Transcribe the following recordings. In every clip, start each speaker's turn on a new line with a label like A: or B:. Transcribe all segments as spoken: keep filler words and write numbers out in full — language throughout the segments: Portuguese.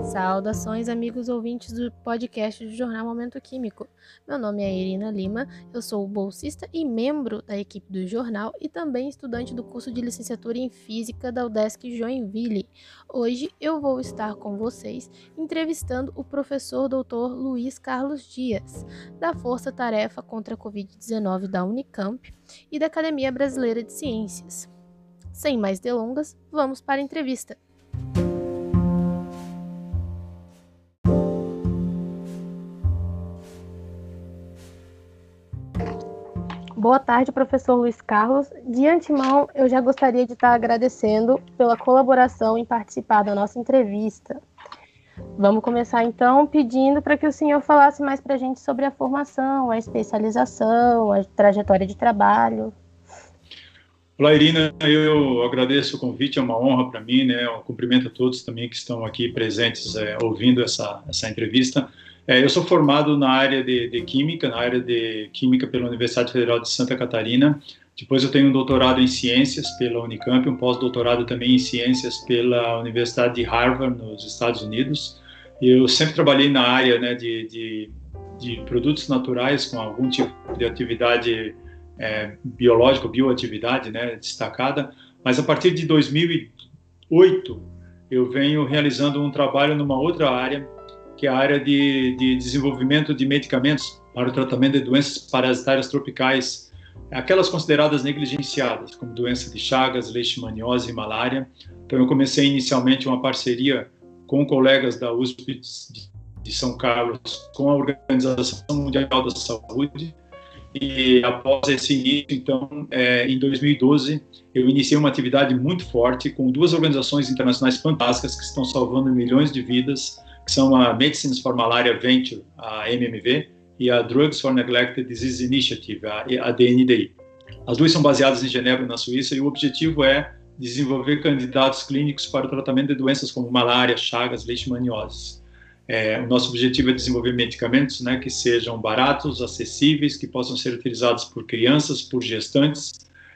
A: Saudações, amigos ouvintes do podcast do Jornal Momento Químico. Meu nome é Irina Lima, eu sou bolsista e membro da equipe do jornal e também estudante do curso de licenciatura em Física da UDESC Joinville. Hoje eu vou estar com vocês entrevistando o professor doutor Luiz Carlos Dias, da Força Tarefa contra a covid dezenove da Unicamp e da Academia Brasileira de Ciências. Sem mais delongas, vamos para a entrevista. Boa tarde, professor Luiz Carlos. De antemão, eu já gostaria de estar agradecendo pela colaboração em participar da nossa entrevista. Vamos começar, então, pedindo para que o senhor falasse mais para a gente sobre a formação, a especialização, a trajetória de trabalho.
B: Olá, Irina. Eu agradeço o convite, é uma honra para mim, né? Eu cumprimento a todos também que estão aqui presentes é, ouvindo essa, essa entrevista. É, eu sou formado na área de, de Química, na área de Química pela Universidade Federal de Santa Catarina. Depois eu tenho um doutorado em Ciências pela Unicamp, um pós-doutorado também em Ciências pela Universidade de Harvard, nos Estados Unidos. Eu sempre trabalhei na área, né, de, de, de produtos naturais com algum tipo de atividade é, biológica, bioatividade, né, destacada. Mas a partir de dois mil e oito eu venho realizando um trabalho numa outra área, que é a área de, de desenvolvimento de medicamentos para o tratamento de doenças parasitárias tropicais, aquelas consideradas negligenciadas, como doença de Chagas, leishmaniose e malária. Então eu comecei inicialmente uma parceria com colegas da U S P de, de São Carlos, com a Organização Mundial da Saúde, e após esse início, então, é, em dois mil e doze, eu iniciei uma atividade muito forte com duas organizações internacionais fantásticas que estão salvando milhões de vidas, que são a Medicines for Malaria Venture, a M M V, e a Drugs for Neglected Disease Initiative, a D N D I. As duas são baseadas em Genebra, na Suíça, e o objetivo é desenvolver candidatos clínicos para o tratamento de doenças como malária, chagas, leishmaniose. É, o nosso objetivo é desenvolver medicamentos, né, que sejam baratos, acessíveis, que possam ser utilizados por crianças, por gestantes,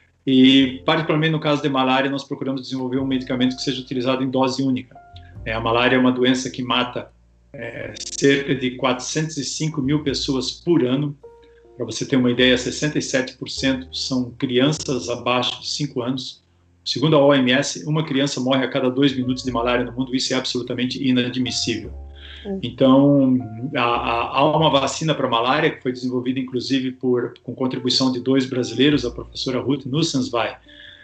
B: e, particularmente no caso de malária, nós procuramos desenvolver um medicamento que seja utilizado em dose única. É, a malária é uma doença que mata é, cerca de quatrocentos e cinco mil pessoas por ano. Para você ter uma ideia, sessenta e sete por cento são crianças abaixo de cinco anos. Segundo a O M S, uma criança morre a cada dois minutos de malária no mundo. Isso é absolutamente inadmissível. Então, há, há uma vacina para malária que foi desenvolvida, inclusive, por, com contribuição de dois brasileiros, a professora Ruth Nussenswein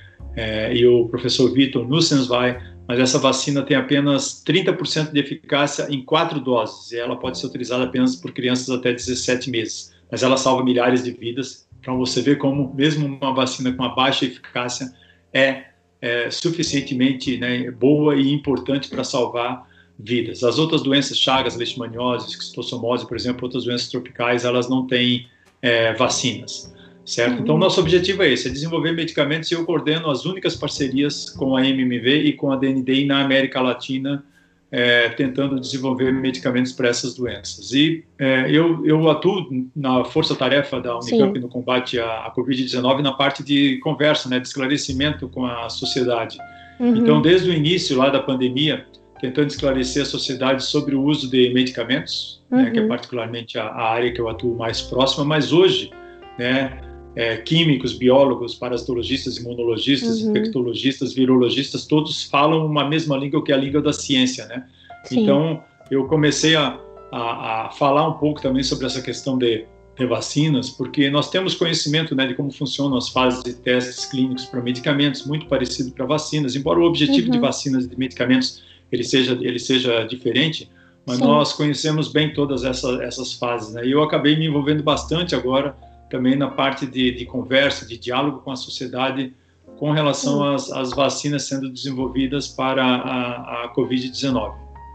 B: é, e o professor Vitor Nussenswein, mas essa vacina tem apenas trinta por cento de eficácia em quatro doses, e ela pode ser utilizada apenas por crianças até dezessete meses, mas ela salva milhares de vidas. Para você ver como mesmo uma vacina com uma baixa eficácia é, é suficientemente, né, boa e importante para salvar vidas. As outras doenças, chagas, leishmaniose, esquistossomose, por exemplo, outras doenças tropicais, elas não têm é, vacinas. Certo? Uhum. Então, nosso objetivo é esse, é desenvolver medicamentos, e eu coordeno as únicas parcerias com a M M V e com a D N D I na América Latina, é, tentando desenvolver medicamentos para essas doenças. E é, eu, eu atuo na força-tarefa da Unicamp Sim. no combate à, à covid dezenove na parte de conversa, né, de esclarecimento com a sociedade. Uhum. Então, desde o início lá da pandemia, tentando esclarecer a sociedade sobre o uso de medicamentos, uhum. né, que é particularmente a, a área que eu atuo mais próxima, mas hoje, né, É, químicos, biólogos, parasitologistas, imunologistas, uhum. infectologistas, virologistas, todos falam uma mesma língua, que é a língua da ciência, né? Sim. Então, eu comecei a, a, a falar um pouco também sobre essa questão de, de vacinas, porque nós temos conhecimento, né, de como funcionam as fases de testes clínicos para medicamentos, muito parecido para vacinas, embora o objetivo uhum. de vacinas e de medicamentos ele seja, ele seja diferente, mas Sim. nós conhecemos bem todas essa, essas fases, né? E eu acabei me envolvendo bastante agora também na parte de, de conversa, de diálogo com a sociedade com relação às, às vacinas sendo desenvolvidas para a, a covid dezenove.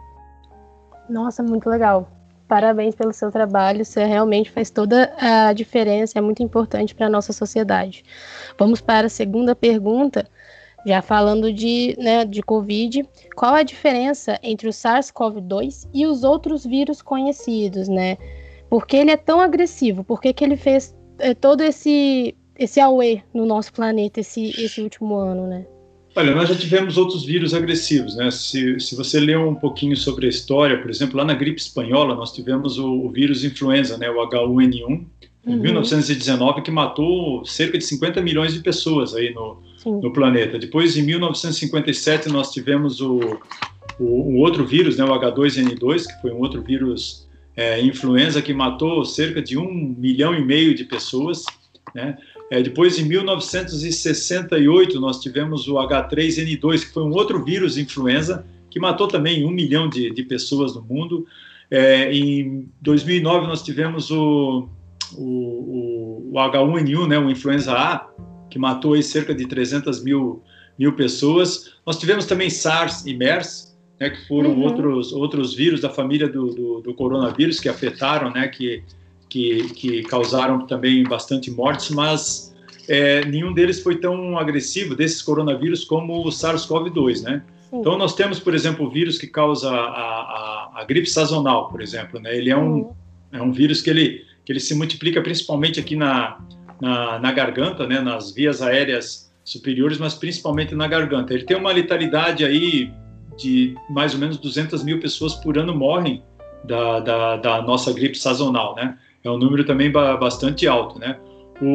A: Nossa, muito legal. Parabéns pelo seu trabalho, você realmente faz toda a diferença, é muito importante para a nossa sociedade. Vamos para a segunda pergunta, já falando de, né, de Covid. Qual a diferença entre o SARS-CoV dois e os outros vírus conhecidos, né? Por que ele é tão agressivo? Por que que ele fez é, todo esse, esse auê no nosso planeta esse, esse último ano, né?
B: Olha, nós já tivemos outros vírus agressivos, né? Se, se você ler um pouquinho sobre a história, por exemplo, lá na gripe espanhola, nós tivemos o, o vírus influenza, né? O H um N um, em uhum. mil novecentos e dezenove, que matou cerca de cinquenta milhões de pessoas aí no, no planeta. Depois, em mil novecentos e cinquenta e sete, nós tivemos o, o, um outro vírus, né? O H dois N dois, que foi um outro vírus é, influenza, que matou cerca de um milhão e meio de pessoas, né? É, depois, em mil novecentos e sessenta e oito, nós tivemos o H três N dois, que foi um outro vírus influenza, que matou também um milhão de, de pessoas no mundo. É, em dois mil e nove, nós tivemos o, o, o H um N um, né, o influenza A, que matou aí cerca de trezentas mil, mil pessoas. Nós tivemos também SARS e MERS, né, que foram uhum. outros, outros vírus da família do, do, do coronavírus que afetaram, né, que Que, que causaram também bastante mortes, mas é, nenhum deles foi tão agressivo, desses coronavírus, como o SARS-CoV dois, né? Sim. Então, nós temos, por exemplo, o vírus que causa a, a, a gripe sazonal, por exemplo, né? Ele é um, é um vírus que ele, que ele se multiplica principalmente aqui na, na, na garganta, né? Nas vias aéreas superiores, mas principalmente na garganta. Ele tem uma letalidade aí de mais ou menos duzentas mil pessoas por ano morrem da, da, da nossa gripe sazonal, né? É um número também bastante alto, né? O,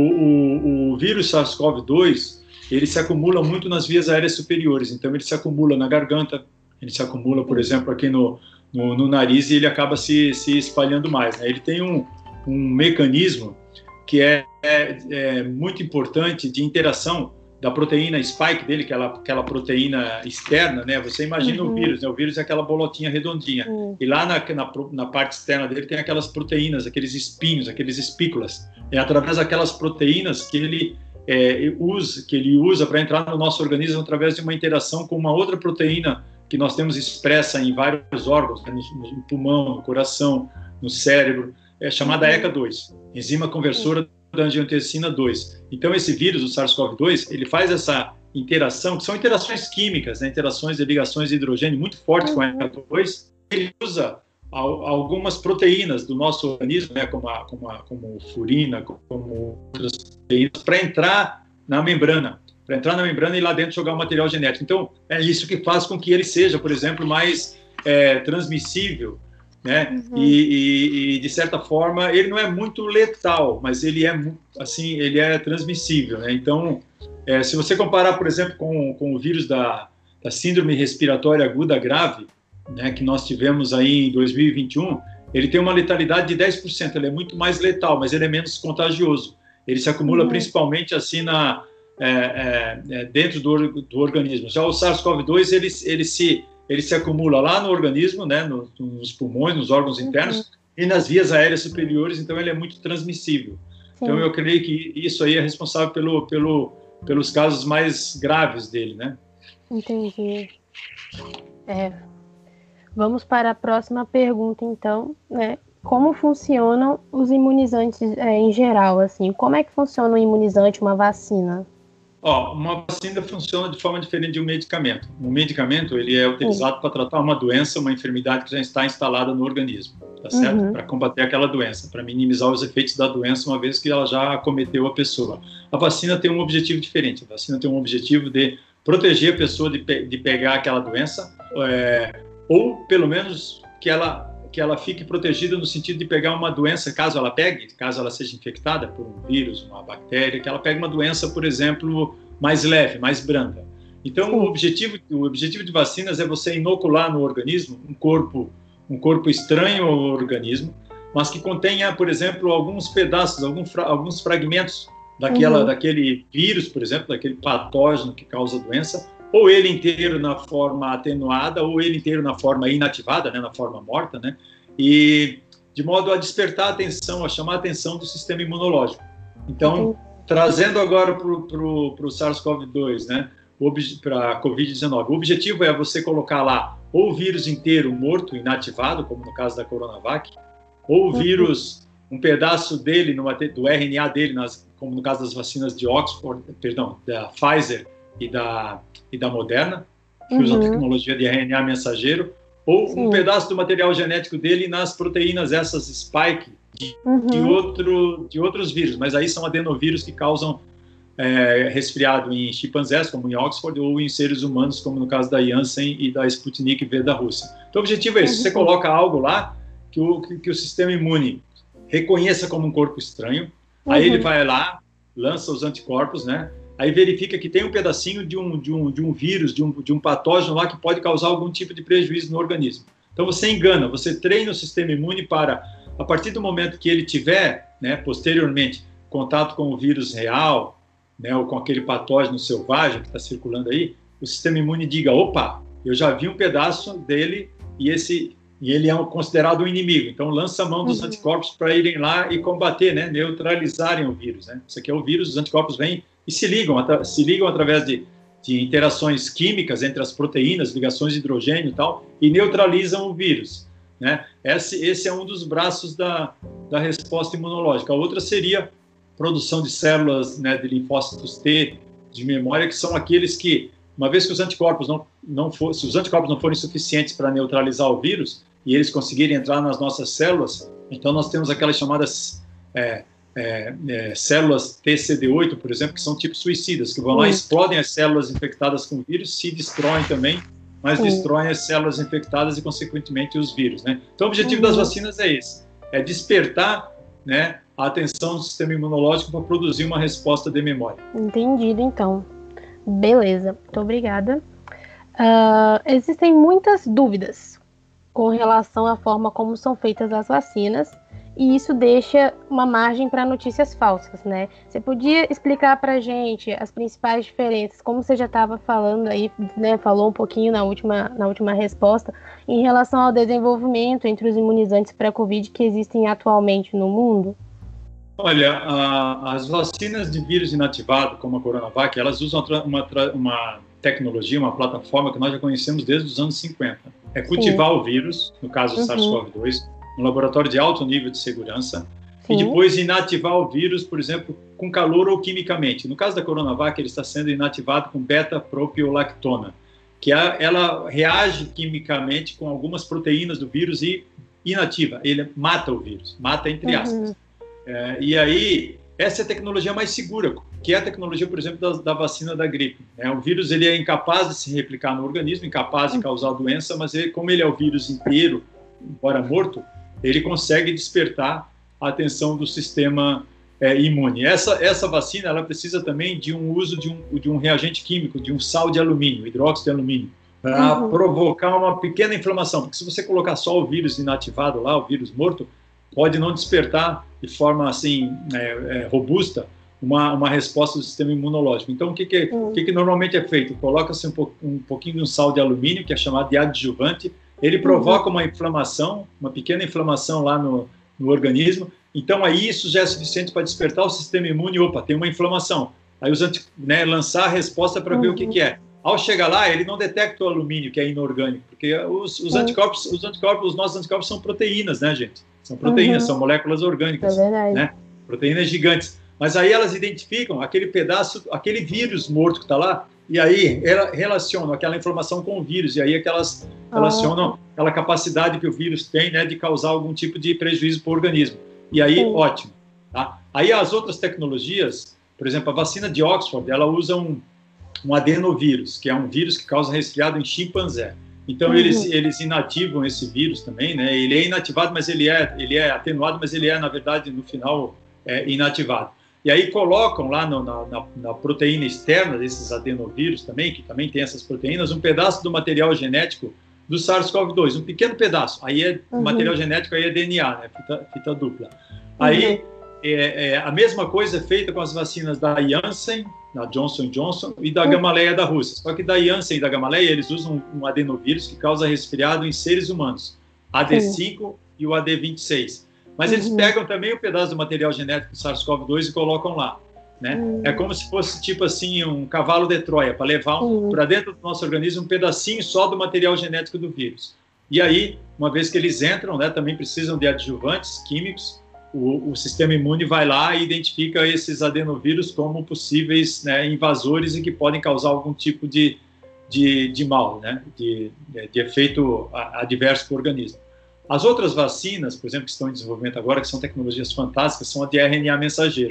B: o, o vírus SARS-CoV dois, ele se acumula muito nas vias aéreas superiores, então ele se acumula na garganta, ele se acumula, por exemplo, aqui no, no, no nariz, e ele acaba se, se espalhando mais, né? Ele tem um, um mecanismo que é, é, é muito importante de interação da proteína spike dele, aquela, aquela proteína externa, né? Você imagina uhum. o vírus, né? O vírus é aquela bolotinha redondinha. Uhum. E lá na, na, na parte externa dele tem aquelas proteínas, aqueles espinhos, aqueles espículas. É através daquelas proteínas que ele, é, usa, que ele usa para entrar no nosso organismo através de uma interação com uma outra proteína que nós temos expressa em vários órgãos, né? no, no pulmão, no coração, no cérebro, é chamada uhum. E C A dois, enzima conversora uhum. da angiotensina dois. Então, esse vírus, o SARS-CoV dois, ele faz essa interação, que são interações químicas, né, interações de ligações de hidrogênio muito fortes uhum. com a E C A dois. Ele usa algumas proteínas do nosso organismo, né, como, a, como, a, como furina, como outras proteínas, para entrar na membrana, para entrar na membrana e lá dentro jogar o material genético. Então, é isso que faz com que ele seja, por exemplo, mais é, transmissível, né? Uhum. E, e, e de certa forma ele não é muito letal, mas ele é assim, ele é transmissível, né? Então, é, se você comparar, por exemplo, com, com o vírus da, da síndrome respiratória aguda grave, né, que nós tivemos aí em dois mil e vinte e um, ele tem uma letalidade de dez por cento, ele é muito mais letal, mas ele é menos contagioso. Ele se acumula uhum. principalmente assim na é, é, dentro do, do organismo. Já o SARS-CoV dois, ele, ele se ele se acumula lá no organismo, né, no, nos pulmões, nos órgãos internos uhum. e nas vias aéreas superiores, então ele é muito transmissível. Sim. Então eu creio que isso aí é responsável pelo, pelo, pelos casos mais graves dele, né?
A: Entendi. É. Vamos para a próxima pergunta, então, né? Como funcionam os imunizantes é, em geral, assim? Como é que funciona um imunizante, uma vacina?
B: Ó, uma vacina funciona de forma diferente de um medicamento. Um medicamento, ele é utilizado para tratar uma doença, uma enfermidade que já está instalada no organismo, tá certo? Uhum. Para combater aquela doença, para minimizar os efeitos da doença, uma vez que ela já acometeu a pessoa. A vacina tem um objetivo diferente. A vacina tem um objetivo de proteger a pessoa de, pe de pegar aquela doença, é, ou pelo menos que ela que ela fique protegida no sentido de pegar uma doença, caso ela pegue, caso ela seja infectada por um vírus, uma bactéria, que ela pegue uma doença, por exemplo, mais leve, mais branda. Então, o objetivo, o objetivo de vacinas é você inocular no organismo um corpo, um corpo estranho ao organismo, mas que contenha, por exemplo, alguns pedaços, alguns, alguns fragmentos daquela, uhum. daquele vírus, por exemplo, daquele patógeno que causa a doença, ou ele inteiro na forma atenuada, ou ele inteiro na forma inativada, né, na forma morta, né, e de modo a despertar a atenção, a chamar a atenção do sistema imunológico. Então, uhum. trazendo agora para o SARS-CoV dois, né, para a covid dezenove, o objetivo é você colocar lá ou o vírus inteiro morto, inativado, como no caso da Coronavac, ou o vírus, um pedaço dele, no, do R N A dele, nas, como no caso das vacinas de Oxford, perdão, da Pfizer e da, e da Moderna, que uhum. usam tecnologia de R N A mensageiro, ou Sim. um pedaço do material genético dele nas proteínas, essas spike, de, uhum. de, outro, de outros vírus, mas aí são adenovírus que causam é, resfriado em chimpanzés, como em Oxford, ou em seres humanos, como no caso da Janssen e da Sputnik V da Rússia. Então, o objetivo é esse: você coloca algo lá que o, que, que o sistema imune reconheça como um corpo estranho, uhum. aí ele vai lá, lança os anticorpos, né? Aí verifica que tem um pedacinho de um, de um, de um vírus, de um, de um patógeno lá que pode causar algum tipo de prejuízo no organismo. Então, você engana, você treina o sistema imune para, a partir do momento que ele tiver, né, posteriormente, contato com o vírus real, né, ou com aquele patógeno selvagem que está circulando aí, o sistema imune diga: opa, eu já vi um pedaço dele e, esse, e ele é considerado um inimigo. Então, lança a mão dos uhum. anticorpos para irem lá e combater, né, neutralizarem o vírus. Né? Isso aqui é o vírus, os anticorpos vêm e se ligam, se ligam através de, de interações químicas entre as proteínas, ligações de hidrogênio e tal, e neutralizam o vírus. Né? Esse, esse é um dos braços da, da resposta imunológica. A outra seria produção de células, né, de linfócitos T de memória, que são aqueles que, uma vez que os anticorpos não, não for, se os anticorpos não forem suficientes para neutralizar o vírus e eles conseguirem entrar nas nossas células, então nós temos aquelas chamadas é, é, é, células T C D oito, por exemplo, que são tipos suicidas, que vão lá, explodem as células infectadas com vírus, se destroem também, mas destroem as células infectadas e, consequentemente, os vírus. Né? Então, o objetivo uhum. das vacinas é esse: é despertar, né, a atenção do sistema imunológico para produzir uma resposta de memória.
A: Entendido, então. Beleza, muito obrigada. Uh, existem muitas dúvidas com relação à forma como são feitas as vacinas, e isso deixa uma margem para notícias falsas, né? Você podia explicar para a gente as principais diferenças, como você já estava falando aí, né, falou um pouquinho na última, na última resposta, em relação ao desenvolvimento entre os imunizantes pré-Covid que existem atualmente no mundo?
B: Olha, a, as vacinas de vírus inativado, como a Coronavac, elas usam uma, uma tecnologia, uma plataforma que nós já conhecemos desde os anos cinquenta. É cultivar Sim. o vírus, no caso do uhum. SARS-CoV dois, um laboratório de alto nível de segurança, Sim. e depois inativar o vírus, por exemplo, com calor ou quimicamente. No caso da Coronavac, ele está sendo inativado com beta-propiolactona, que é, ela reage quimicamente com algumas proteínas do vírus e inativa, ele mata o vírus, mata entre aspas. Uhum. É, e aí, essa é a tecnologia mais segura, que é a tecnologia, por exemplo, da, da vacina da gripe. Né? O vírus ele é incapaz de se replicar no organismo, incapaz de causar doença, mas ele, como ele é o vírus inteiro, embora morto, ele consegue despertar a atenção do sistema é, imune. Essa, essa vacina ela precisa também de um uso de um, de um reagente químico, de um sal de alumínio, hidróxido de alumínio, para uhum. provocar uma pequena inflamação, porque se você colocar só o vírus inativado lá, o vírus morto, pode não despertar de forma assim é, é, robusta uma, uma resposta do sistema imunológico. Então, o que, que, uhum. que, que normalmente é feito? Coloca-se um, po, um pouquinho de um sal de alumínio, que é chamado de adjuvante, ele provoca uhum. uma inflamação, uma pequena inflamação lá no, no organismo, então aí isso já é suficiente para despertar o sistema imune, opa, tem uma inflamação. Aí os anti, né, lançar a resposta para uhum. ver o que, que é. Ao chegar lá, ele não detecta o alumínio, que é inorgânico, porque os, os, anticorpos, os anticorpos, os nossos anticorpos são proteínas, né, gente? São proteínas, uhum. são moléculas orgânicas, é verdade. Né? Proteínas gigantes. Mas aí elas identificam aquele pedaço, aquele vírus morto que está lá, e aí ela relacionam aquela inflamação com o vírus, e aí é que elas relacionam oh. aquela capacidade que o vírus tem, né, de causar algum tipo de prejuízo para o organismo. E aí, Sim. ótimo. Tá? Aí as outras tecnologias, por exemplo, a vacina de Oxford, ela usa um, um adenovírus, que é um vírus que causa resfriado em chimpanzé. Então, uhum. eles, eles inativam esse vírus também, né? Ele é inativado, mas ele é, ele é atenuado, mas ele é, na verdade, no final, é, inativado. E aí colocam lá no, na, na, na proteína externa desses adenovírus também, que também tem essas proteínas, um pedaço do material genético do SARS-CoV dois, um pequeno pedaço. Aí é uhum. material genético, aí é D N A, né? Fita, fita dupla. Aí uhum. é, é, a mesma coisa é feita com as vacinas da Janssen, da Johnson and Johnson e da uhum. Gamaleya da Rússia. Só que da Janssen e da Gamaleya eles usam um adenovírus que causa resfriado em seres humanos, A D cinco uhum. e o A D vinte e seis. Mas eles uhum. pegam também um pedaço do material genético do SARS-CoV dois e colocam lá. Né? Uhum. É como se fosse tipo assim um cavalo de Troia, para levar um, uhum. para dentro do nosso organismo um pedacinho só do material genético do vírus. E aí, uma vez que eles entram, né, também precisam de adjuvantes químicos, o, o sistema imune vai lá e identifica esses adenovírus como possíveis, né, invasores e que podem causar algum tipo de, de, de mal, né, de, de efeito adverso para o organismo. As outras vacinas, por exemplo, que estão em desenvolvimento agora, que são tecnologias fantásticas, são a de R N A mensageiro.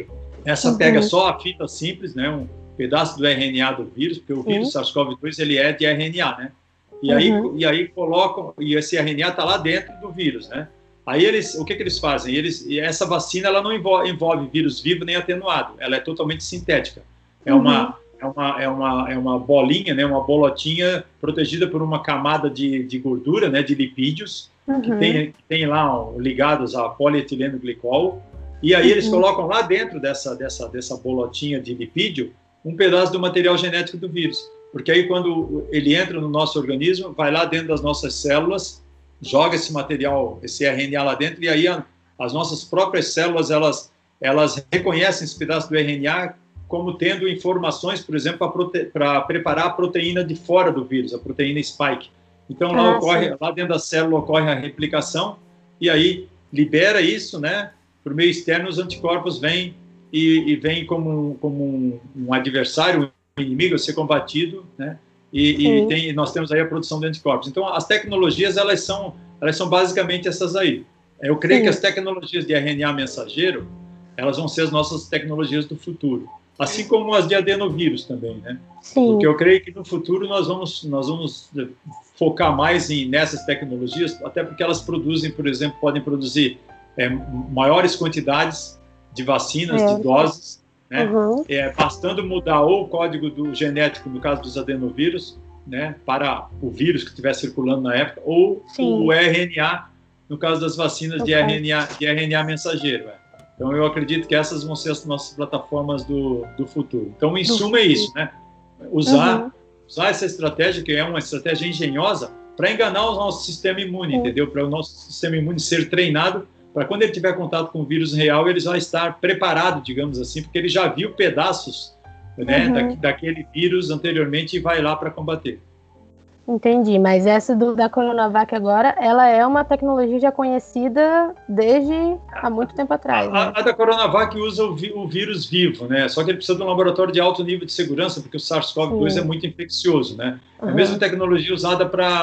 B: Essa
A: Uhum.
B: pega só a fita simples, né, um pedaço do R N A do vírus, porque o vírus
A: Sim.
B: SARS-CoV dois ele é de R N A, né? E aí,
A: Uhum.
B: e aí colocam, e esse R N A está lá dentro do vírus, né? Aí eles, o que, que eles fazem? Eles, e essa vacina ela não envolve, envolve vírus vivo nem atenuado, ela é totalmente sintética. É uma,
A: Uhum.
B: é uma, é uma, é uma bolinha, né, uma bolotinha protegida por uma camada de, de gordura, né, de lipídios, que
A: Uhum.
B: tem, que tem lá ó, ligados a polietileno glicol. E aí eles
A: Uhum.
B: colocam lá dentro dessa, dessa, dessa bolotinha de lipídio um pedaço do material genético do vírus. Porque aí quando ele entra no nosso organismo, vai lá dentro das nossas células, joga esse material, esse R N A lá dentro, e aí a, as nossas próprias células, elas, elas reconhecem esse pedaço do R N A como tendo informações, por exemplo, para preparar a proteína de fora do vírus, a proteína spike. Então, lá,
A: Ah,
B: ocorre,
A: sim.
B: lá dentro da célula ocorre a replicação, e aí libera isso, né? Por meio externo, os anticorpos vêm e, e vêm como, um, como um, um adversário, um inimigo a ser combatido, né? E, e tem, nós temos aí a produção de anticorpos. Então, as tecnologias, elas são, elas são basicamente essas aí. Eu creio Sim. que as tecnologias de R N A mensageiro, elas vão ser as nossas tecnologias do futuro. Assim como as de adenovírus também, né? Sim. Porque eu creio que no futuro nós vamos, nós vamos focar mais em, nessas tecnologias, até porque elas produzem, por exemplo, podem produzir é, maiores quantidades de vacinas, é. de doses, né? Uhum. É, bastando mudar ou o código do genético, no caso dos adenovírus, né, para o vírus que estiver circulando na época, ou Sim. o R N A, no caso das vacinas okay. de, R N A, de R N A mensageiro. É. Então, eu acredito que essas vão ser as nossas plataformas do, do futuro. Então, em do suma, é isso, né? Usar, uhum. usar essa estratégia, que é uma estratégia engenhosa, para enganar o nosso sistema imune, uhum. entendeu? Para o nosso sistema imune ser treinado, para quando ele tiver contato com o vírus real, ele já estar preparado, digamos assim, porque ele já viu pedaços né, uhum. da, daquele vírus anteriormente e vai lá para combater.
A: Entendi, mas essa do, da Coronavac agora, ela é uma tecnologia já conhecida desde há muito tempo atrás, né?
B: A, a da Coronavac usa o, vi, o vírus vivo, né? Só que ele precisa de um laboratório de alto nível de segurança, porque o SARS-CoV dois é muito infeccioso, né? Uhum. É a mesma tecnologia usada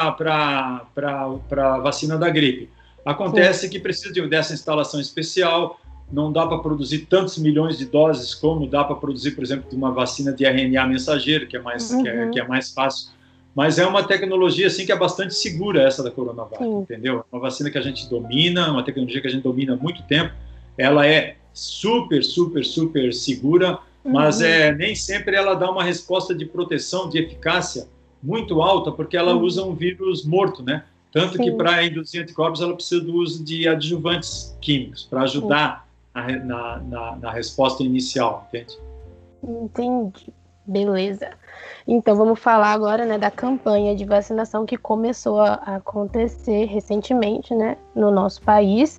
B: para a vacina da gripe. Acontece Sim. que precisa de, dessa instalação especial, não dá para produzir tantos milhões de doses como dá para produzir, por exemplo, de uma vacina de R N A mensageiro, que é mais, uhum. que é, que é mais fácil. Mas é uma tecnologia assim, que é bastante segura, essa da Coronavac, Sim. entendeu? É uma vacina que a gente domina, uma tecnologia que a gente domina há muito tempo. Ela é super, super, super segura, uhum. mas é, nem sempre ela dá uma resposta de proteção, de eficácia muito alta, porque ela uhum. usa um vírus morto, né? Tanto Sim. que para induzir anticorpos ela precisa do uso de adjuvantes químicos para ajudar a, na, na, na resposta inicial, entende?
A: Entendi. Beleza. Então vamos falar agora, né, da campanha de vacinação que começou a acontecer recentemente, né, no nosso país,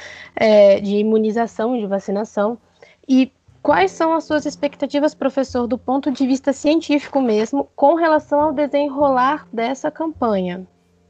A: é, de imunização, de vacinação. E quais são as suas expectativas, professor, do ponto de vista científico mesmo, com relação ao desenrolar dessa campanha?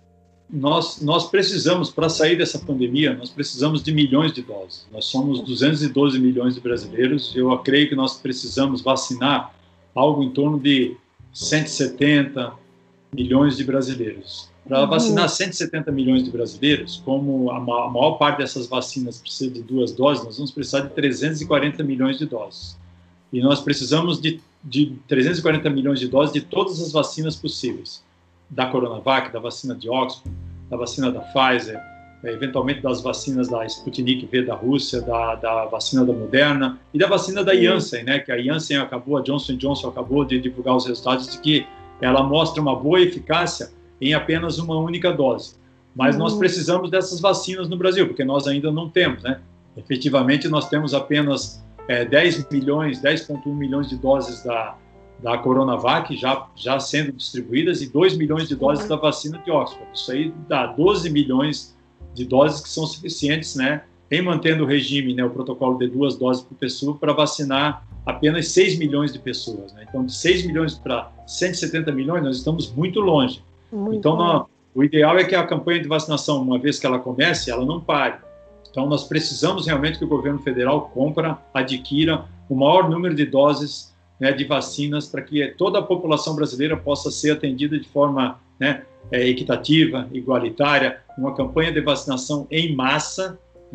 B: Nós, nós precisamos, para sair dessa pandemia, nós precisamos de milhões de doses. Nós somos duzentos e doze milhões de brasileiros. Eu creio que nós precisamos vacinar algo em torno de cento e setenta milhões de brasileiros. Para uhum. vacinar cento e setenta milhões de brasileiros, como a maior parte dessas vacinas precisa de duas doses, nós vamos precisar de trezentos e quarenta milhões de doses. E nós precisamos de, de trezentos e quarenta milhões de doses de todas as vacinas possíveis. Da Coronavac, da vacina de Oxford, da vacina da Pfizer, eventualmente das vacinas da Sputnik V da Rússia, da, da vacina da Moderna e da vacina da Janssen, né? Que a Janssen acabou, a Johnson and Johnson acabou de divulgar os resultados de que ela mostra uma boa eficácia em apenas uma única dose. Mas uhum. nós precisamos dessas vacinas no Brasil, porque nós ainda não temos, né? Efetivamente, nós temos apenas é, dez milhões, dez vírgula um milhões de doses da, da Coronavac já, já sendo distribuídas e dois milhões de doses uhum. da vacina de Oxford. Isso aí dá doze milhões de doses que são suficientes, né, em mantendo o regime, né, o protocolo de duas doses por pessoa, para vacinar apenas seis milhões de pessoas. Né? Então, de seis milhões para cento e setenta milhões, nós estamos muito longe. Muito então, nós, o ideal é que a campanha de vacinação, uma vez que ela comece, ela não pare. Então, nós precisamos realmente que o governo federal compra, adquira o maior número de doses, né, de vacinas para que toda a população brasileira possa ser atendida de forma, né, é, equitativa, igualitária, uma campanha de vacinação em massa, né,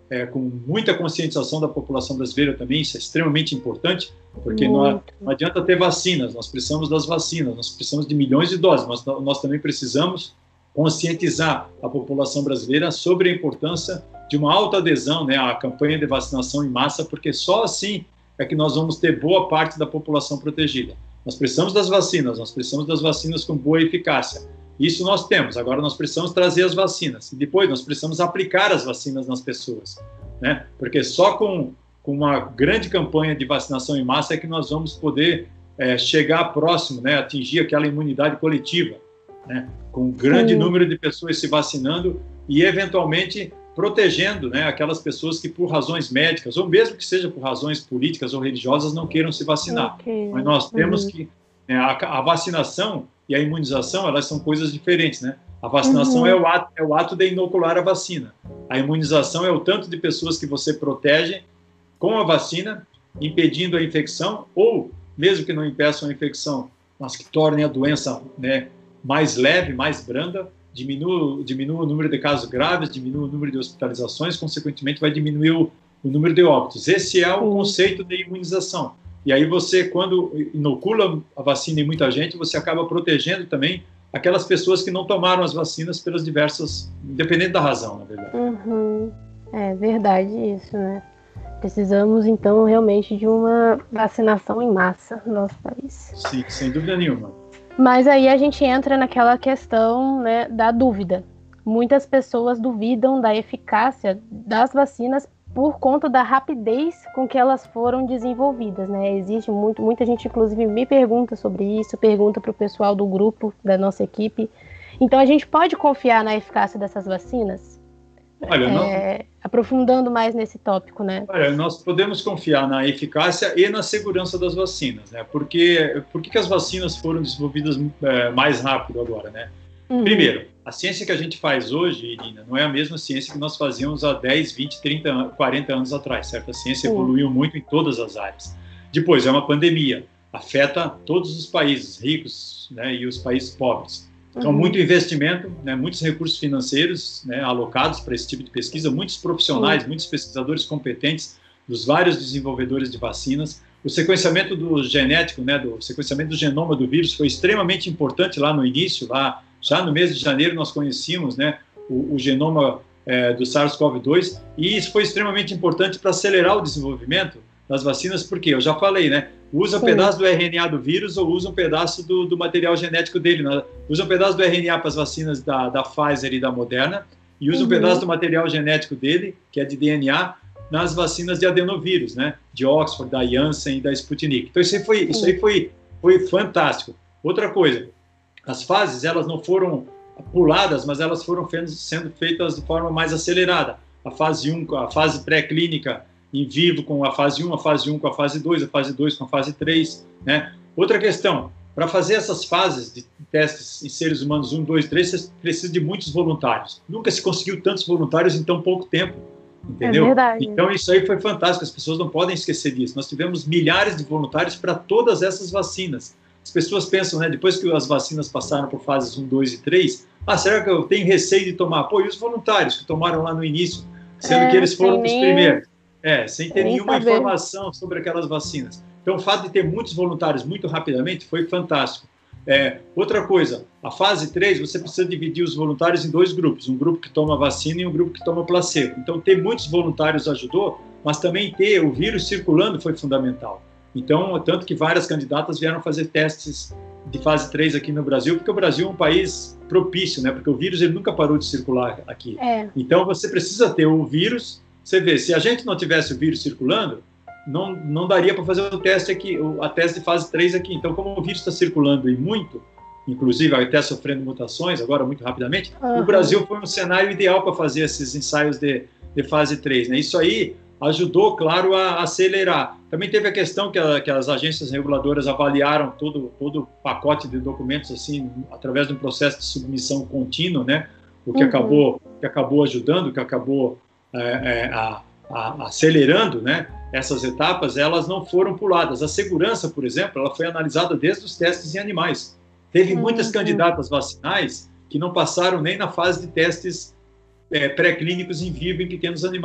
B: é, com muita conscientização da população brasileira também, isso é extremamente importante, porque não, não adianta ter vacinas, nós precisamos das vacinas, nós precisamos de milhões de doses, mas nós também precisamos conscientizar a população brasileira sobre a importância de uma alta adesão, né, à campanha de vacinação em massa, porque só assim é que nós vamos ter boa parte da população protegida. Nós precisamos das vacinas, nós precisamos das vacinas com boa eficácia. Isso nós temos, agora nós precisamos trazer as vacinas, e depois nós precisamos aplicar as vacinas nas pessoas, né? Porque só com, com uma grande campanha de vacinação em massa é que nós vamos poder é, chegar próximo, né, atingir aquela imunidade coletiva, né, com um grande Sim. número de pessoas se vacinando e, eventualmente, protegendo, né, aquelas pessoas que, por razões médicas, ou mesmo que seja por razões políticas ou religiosas, não queiram se vacinar. Okay. Mas nós temos uhum. que... Né, a, a vacinação e a imunização, elas são coisas diferentes, né? A vacinação uhum. é, o ato, é o ato de inocular a vacina. A imunização é o tanto de pessoas que você protege com a vacina, impedindo a infecção, ou, mesmo que não impeçam a infecção, mas que tornem a doença, né, mais leve, mais branda, diminua, diminua o número de casos graves, diminua o número de hospitalizações, consequentemente vai diminuir o, o número de óbitos. Esse é o uhum. conceito de imunização. E aí você, quando inocula a vacina em muita gente, você acaba protegendo também aquelas pessoas que não tomaram as vacinas pelas diversas, independente da razão, na verdade.
A: Uhum. É verdade isso, né? Precisamos, então, realmente de uma vacinação em massa no nosso país.
B: Sim, sem dúvida nenhuma.
A: Mas aí a gente entra naquela questão, né, da dúvida. Muitas pessoas duvidam da eficácia das vacinas por conta da rapidez com que elas foram desenvolvidas, né? Existe muito, muita gente, inclusive, me pergunta sobre isso, pergunta para o pessoal do grupo, da nossa equipe. Então, a gente pode confiar na eficácia dessas vacinas?
B: Olha,
A: é, não... Aprofundando mais nesse tópico, né?
B: Olha, nós podemos confiar na eficácia e na segurança das vacinas, né? Porque, por que as vacinas foram desenvolvidas é, mais rápido agora, né? Uhum. Primeiro, a ciência que a gente faz hoje, Irina, não é a mesma ciência que nós fazíamos há dez, vinte, trinta, quarenta anos atrás, certo? A ciência uhum. evoluiu muito em todas as áreas. Depois, é uma pandemia, afeta todos os países ricos, né, e os países pobres. Então, uhum. muito investimento, né, muitos recursos financeiros, né, alocados para esse tipo de pesquisa, muitos profissionais, uhum. muitos pesquisadores competentes dos vários desenvolvedores de vacinas. O sequenciamento do genético, né, do sequenciamento do genoma do vírus foi extremamente importante lá no início, lá já no mês de janeiro nós conhecíamos, né, o, o genoma é, do SARS-CoV dois, e isso foi extremamente importante para acelerar o desenvolvimento das vacinas, porque eu já falei, né, usa um Sim. pedaço do R N A do vírus ou usa um pedaço do, do material genético dele, né? Usa um pedaço do R N A para as vacinas da, da Pfizer e da Moderna, e usa uhum. um pedaço do material genético dele, que é de D N A, nas vacinas de adenovírus, né, de Oxford, da Janssen e da Sputnik. Então isso aí foi, isso aí foi, foi fantástico. Outra coisa, as fases, elas não foram puladas, mas elas foram sendo feitas de forma mais acelerada. A fase um, a fase pré-clínica em vivo com a fase um, a fase um com a fase dois, a fase dois com a fase três, né? Outra questão, para fazer essas fases de testes em seres humanos um, dois, três, você precisa de muitos voluntários. Nunca se conseguiu tantos voluntários em tão pouco tempo, entendeu?
A: É verdade.
B: Então isso aí foi fantástico, as pessoas não podem esquecer disso. Nós tivemos milhares de voluntários para todas essas vacinas. As pessoas pensam, né, depois que as vacinas passaram por fases um, dois e três, ah, será que eu tenho receio de tomar? Pô, e os voluntários que tomaram lá no início, sendo é, que eles foram os primeiros? É, sem ter nenhuma saber. informação sobre aquelas vacinas. Então, o fato de ter muitos voluntários muito rapidamente foi fantástico. É, outra coisa, a fase três, você precisa dividir os voluntários em dois grupos, um grupo que toma vacina e um grupo que toma placebo. Então, ter muitos voluntários ajudou, mas também ter o vírus circulando foi fundamental. Então, tanto que várias candidatas vieram fazer testes de fase três aqui no Brasil, porque o Brasil é um país propício, né? Porque o vírus ele nunca parou de circular aqui. É. Então, você precisa ter o vírus. Você vê, se a gente não tivesse o vírus circulando, não, não daria para fazer o teste aqui, a teste de fase três aqui. Então, como o vírus está circulando e muito, inclusive até sofrendo mutações, agora muito rapidamente, uhum. o Brasil foi um cenário ideal para fazer esses ensaios de, de fase três, né? Isso aí ajudou, claro, a acelerar. Também teve a questão que, a, que as agências reguladoras avaliaram todo, todo o pacote de documentos assim, através de um processo de submissão contínuo, né? O que, uhum. acabou, que acabou ajudando, que acabou é, é, a, a, acelerando, né? Essas etapas, elas não foram puladas. A segurança, por exemplo, ela foi analisada desde os testes em animais. Teve uhum. muitas candidatas vacinais que não passaram nem na fase de testes é, pré-clínicos em vivo em pequenos animais.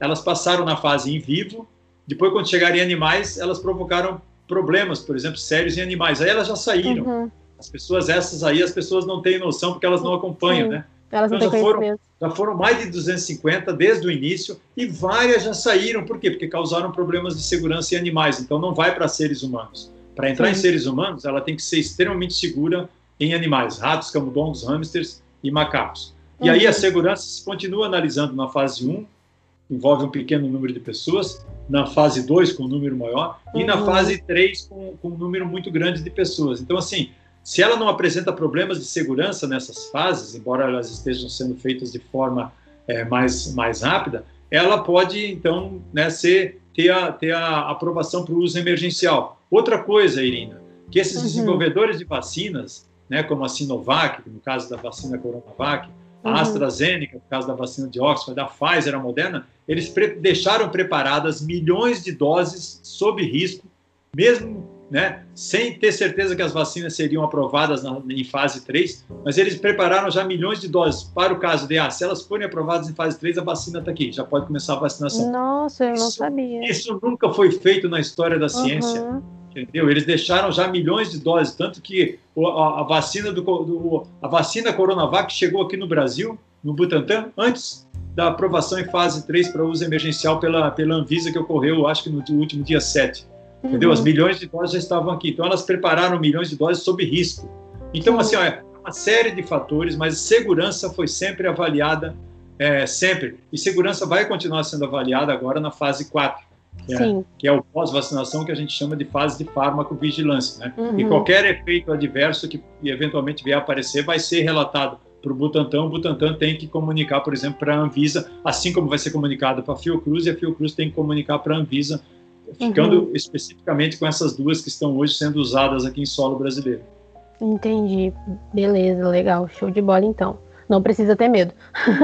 B: elas passaram na fase em vivo, depois quando chegaram em animais, elas provocaram problemas, por exemplo, sérios em animais. Aí elas já saíram. Uhum. As pessoas, essas aí, as pessoas não têm noção porque elas não acompanham, Sim. né?
A: Elas não então, têm
B: já foram,
A: conhecimento.
B: já foram mais de duzentos e cinquenta desde o início e várias já saíram. Por quê? Porque causaram problemas de segurança em animais. Então não vai para seres humanos. Para entrar Sim. em seres humanos, ela tem que ser extremamente segura em animais, ratos, camundongos, hamsters e macacos. E uhum. aí a segurança se continua analisando na fase um, envolve um pequeno número de pessoas, na fase dois com um número maior uhum. e na fase três com, com um número muito grande de pessoas. Então, assim, se ela não apresenta problemas de segurança nessas fases, embora elas estejam sendo feitas de forma é, mais, mais rápida, ela pode, então, né, ser, ter, a, ter a aprovação para o uso emergencial. Outra coisa, Irina, que esses uhum. desenvolvedores de vacinas, né, como a Sinovac, no caso da vacina Coronavac, a uhum. AstraZeneca, no caso da vacina de Oxford, da Pfizer, a Moderna, eles pre- deixaram preparadas milhões de doses sob risco, mesmo né, sem ter certeza que as vacinas seriam aprovadas na, em fase três, mas eles prepararam já milhões de doses para o caso de, ah, se elas forem aprovadas em fase três, a vacina está aqui, já pode começar a vacinação.
A: Nossa, eu não
B: isso,
A: sabia.
B: Isso nunca foi feito na história da ciência.
A: Uhum.
B: Entendeu? Eles deixaram já milhões de doses, tanto que a, a, vacina do, do, a vacina Coronavac chegou aqui no Brasil, no Butantan, antes da aprovação em fase três para uso emergencial pela, pela Anvisa, que ocorreu, acho que no último dia sete. Uhum. Entendeu? As milhões de doses já estavam aqui. Então, elas prepararam milhões de doses sob risco. Então, uhum. assim, ó, é uma série de fatores, mas segurança foi sempre avaliada, é, sempre. E segurança vai continuar sendo avaliada agora na fase quatro. Que é, que é o pós-vacinação, que a gente chama de fase de farmacovigilância, né? Uhum. E qualquer efeito adverso que eventualmente vier a aparecer vai ser relatado para o Butantan. O Butantan tem que comunicar, por exemplo, para a Anvisa, assim como vai ser comunicado para a Fiocruz, e a Fiocruz tem que comunicar para a Anvisa, ficando uhum. especificamente com essas duas que estão hoje sendo usadas aqui em solo brasileiro.
A: Entendi. Beleza, legal. Show de bola, então. Não precisa ter medo.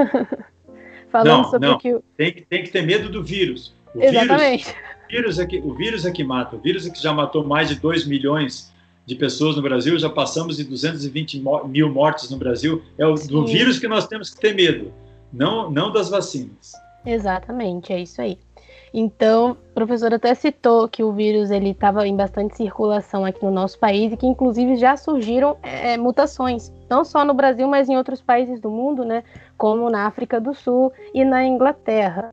A: Falando
B: não,
A: sobre
B: não.
A: o que...
B: Tem que, tem que ter medo do vírus. O
A: Exatamente.
B: Vírus, o, vírus é que, o vírus é que mata. O vírus é que já matou mais de dois milhões de pessoas no Brasil. Já passamos de duzentos e vinte mil mortes no Brasil. É o, do vírus que nós temos que ter medo, não, não das vacinas.
A: Exatamente, é isso aí. Então, o professor até citou que o vírus ele estava em bastante circulação aqui no nosso país e que, inclusive, já surgiram é, mutações, não só no Brasil, mas em outros países do mundo, né, como na África do Sul e na Inglaterra.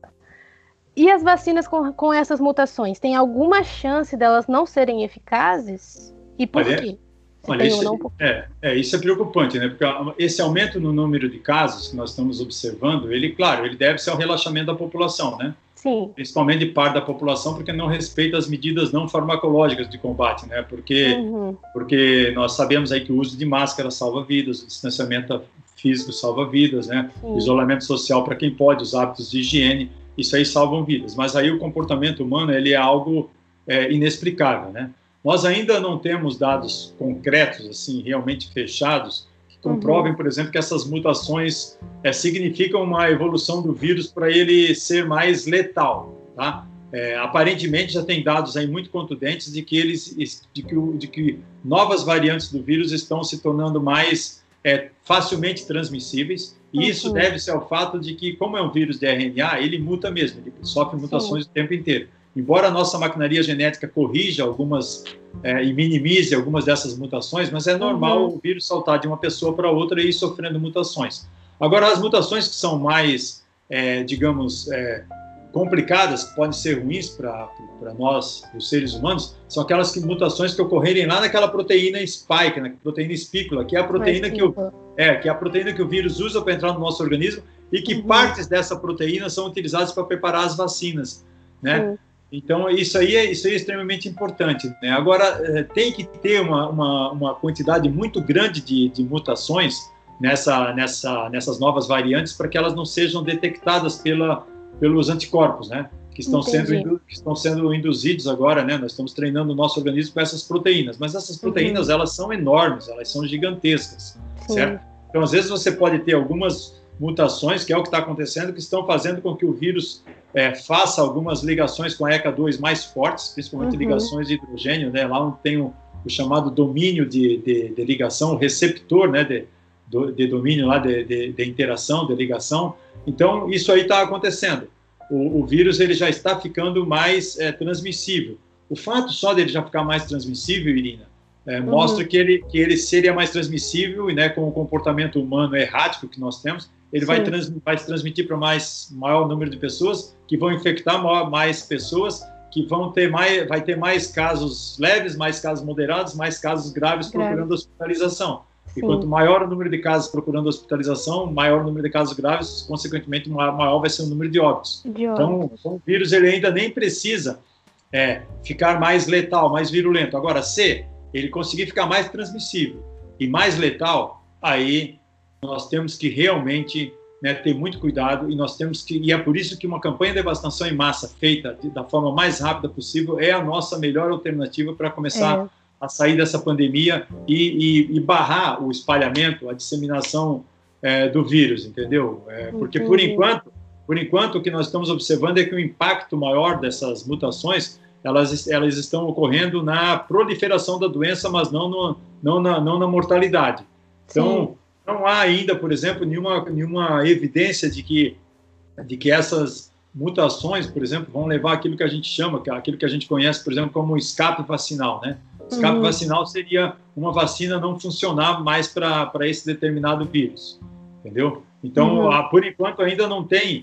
A: E as vacinas com, com essas mutações, tem alguma chance delas não serem eficazes? E por
B: olha,
A: quê?
B: Olha, isso, não... é, é, isso é preocupante, né? Porque esse aumento no número de casos que nós estamos observando, ele, claro, ele deve-se ao relaxamento da população, né?
A: Sim.
B: Principalmente de parte da população, porque não respeita as medidas não farmacológicas de combate, né? Porque, uhum. porque nós sabemos aí que o uso de máscara salva vidas, o distanciamento físico salva vidas, né? O isolamento social para quem pode, os hábitos de higiene, isso aí salvam vidas. Mas aí o comportamento humano, ele é algo é, inexplicável, né? Nós ainda não temos dados concretos, assim, realmente fechados, que comprovem, uhum. por exemplo, que essas mutações é, significam uma evolução do vírus para ele ser mais letal, tá? É, aparentemente já tem dados aí muito contundentes de que eles, de que, de que novas variantes do vírus estão se tornando mais é, facilmente transmissíveis, e uhum. isso deve-se ao fato de que, como é um vírus de R N A, ele muta mesmo, ele sofre mutações Sim. o tempo inteiro. Embora a nossa maquinaria genética corrija algumas é, e minimize algumas dessas mutações, mas é normal uhum. o vírus saltar de uma pessoa para outra e ir sofrendo mutações. Agora, as mutações que são mais, é, digamos, é, complicadas, que podem ser ruins para nós, os seres humanos, são aquelas que, mutações que ocorrerem lá naquela proteína spike, na proteína espícula, que é a proteína que o, é, que é a proteína que o vírus usa para entrar no nosso organismo e que uhum. partes dessa proteína são utilizadas para preparar as vacinas, né? Uhum. Então, isso aí, é, isso aí é extremamente importante, né? Agora, tem que ter uma, uma, uma quantidade muito grande de, de mutações nessa, nessa, nessas novas variantes para que elas não sejam detectadas pela, pelos anticorpos, né? Que estão, sendo, que estão sendo induzidos agora, né? Nós estamos treinando o nosso organismo com essas proteínas, mas essas proteínas, uhum. elas são enormes, elas são gigantescas, Sim. certo? Então, às vezes, você pode ter algumas mutações, que é o que está acontecendo, que estão fazendo com que o vírus é, faça algumas ligações com a E C A dois mais fortes, principalmente uhum. ligações de hidrogênio, né? Lá onde tem o, o chamado domínio de, de, de ligação, o receptor, né? de, de domínio lá de, de, de interação, de ligação. Então, isso aí está acontecendo. o, o vírus ele já está ficando mais é, transmissível. O fato só dele já ficar mais transmissível, Irina, é, uhum. mostra que ele, que ele seria mais transmissível, e né, com o comportamento humano errático que nós temos, ele vai, trans, vai se transmitir para mais maior número de pessoas, que vão infectar maior, mais pessoas, que vão ter mais, vai ter mais casos leves, mais casos moderados, mais casos graves Grave. procurando hospitalização. Sim. E quanto maior o número de casos procurando hospitalização, maior o número de casos graves, consequentemente maior vai ser o número de óbitos. De então, óbitos. O vírus ele ainda nem precisa é, ficar mais letal, mais virulento. Agora, se ele conseguir ficar mais transmissível e mais letal, aí nós temos que realmente, né, ter muito cuidado, e nós temos que, e é por isso que uma campanha de vacinação em massa feita de, da forma mais rápida possível é a nossa melhor alternativa para começar é. a sair dessa pandemia e, e, e barrar o espalhamento, a disseminação é, do vírus, entendeu? É, porque por enquanto, por enquanto o que nós estamos observando é que o impacto maior dessas mutações elas, elas estão ocorrendo na proliferação da doença, mas não, no, não, na, não na mortalidade. Então, Sim. não há ainda, por exemplo, nenhuma, nenhuma evidência de que, de que essas mutações, por exemplo, vão levar aquilo que a gente chama, aquilo que a gente conhece, por exemplo, como escape vacinal, né? Escape uhum. vacinal seria uma vacina não funcionar mais para esse determinado vírus, entendeu? Então, uhum. a, por enquanto, ainda não tem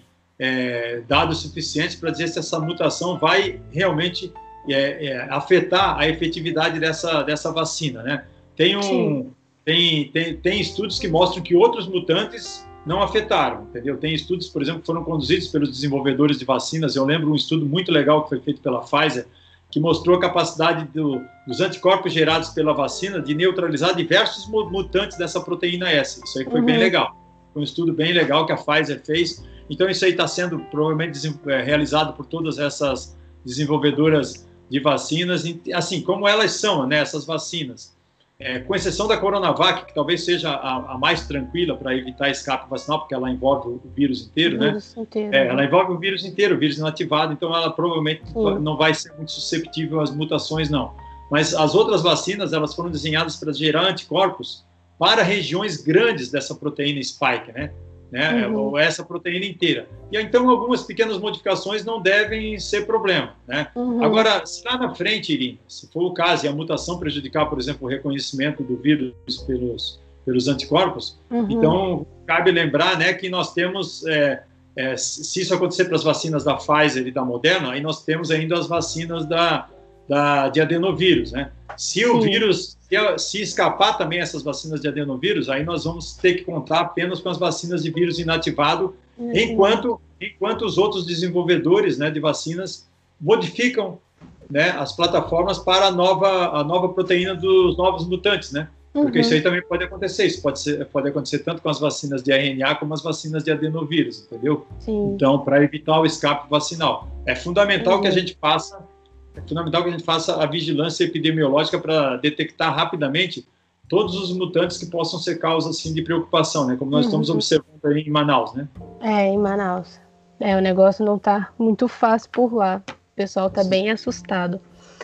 B: é, dados suficientes para dizer se essa mutação vai realmente é, é, afetar a efetividade dessa, dessa vacina, né? Tem, um, tem, tem, tem estudos que mostram que outros mutantes não afetaram, entendeu? Tem estudos, por exemplo, que foram conduzidos pelos desenvolvedores de vacinas. Eu lembro um estudo muito legal que foi feito pela Pfizer, que mostrou a capacidade do, dos anticorpos gerados pela vacina de neutralizar diversos mutantes dessa proteína S. Isso aí foi uhum. bem legal. Foi um estudo bem legal que a Pfizer fez. Então, isso aí está sendo provavelmente realizado por todas essas desenvolvedoras de vacinas, assim, como elas são, né, essas vacinas. É, com exceção da Coronavac, que talvez seja a, a mais tranquila para evitar escape vacinal, porque ela envolve o vírus inteiro, o né? Vírus inteiro, é, né? Ela envolve o vírus inteiro, o vírus inativado, então ela provavelmente Sim. não vai ser muito susceptível às mutações, não. Mas as outras vacinas, elas foram desenhadas para gerar anticorpos para regiões grandes dessa proteína spike, né? né? Uhum. Ou essa proteína inteira. E então algumas pequenas modificações não devem ser problema, né? Uhum. Agora, se lá na frente, Irina, se for o caso e a mutação prejudicar, por exemplo, o reconhecimento do vírus pelos, pelos anticorpos, uhum. então cabe lembrar, né, que nós temos, é, é, se isso acontecer para as vacinas da Pfizer e da Moderna, aí nós temos ainda as vacinas da, da, de adenovírus, né? Se o Sim. vírus, se, se escapar também essas vacinas de adenovírus, aí nós vamos ter que contar apenas com as vacinas de vírus inativado, uhum. enquanto, enquanto os outros desenvolvedores, né, de vacinas modificam, né, as plataformas para a nova, a nova proteína dos novos mutantes, né? Porque uhum. isso aí também pode acontecer. Isso pode, ser, pode acontecer tanto com as vacinas de R N A como as vacinas de adenovírus, entendeu? Sim. Então, para evitar o escape vacinal. É fundamental uhum. que a gente faça É fundamental que a gente faça a vigilância epidemiológica para detectar rapidamente todos os mutantes que possam ser causa assim, de preocupação, né? Como nós uhum. estamos observando aí em Manaus, né?
A: É, em Manaus. É, o negócio não está muito fácil por lá. O pessoal está bem assustado.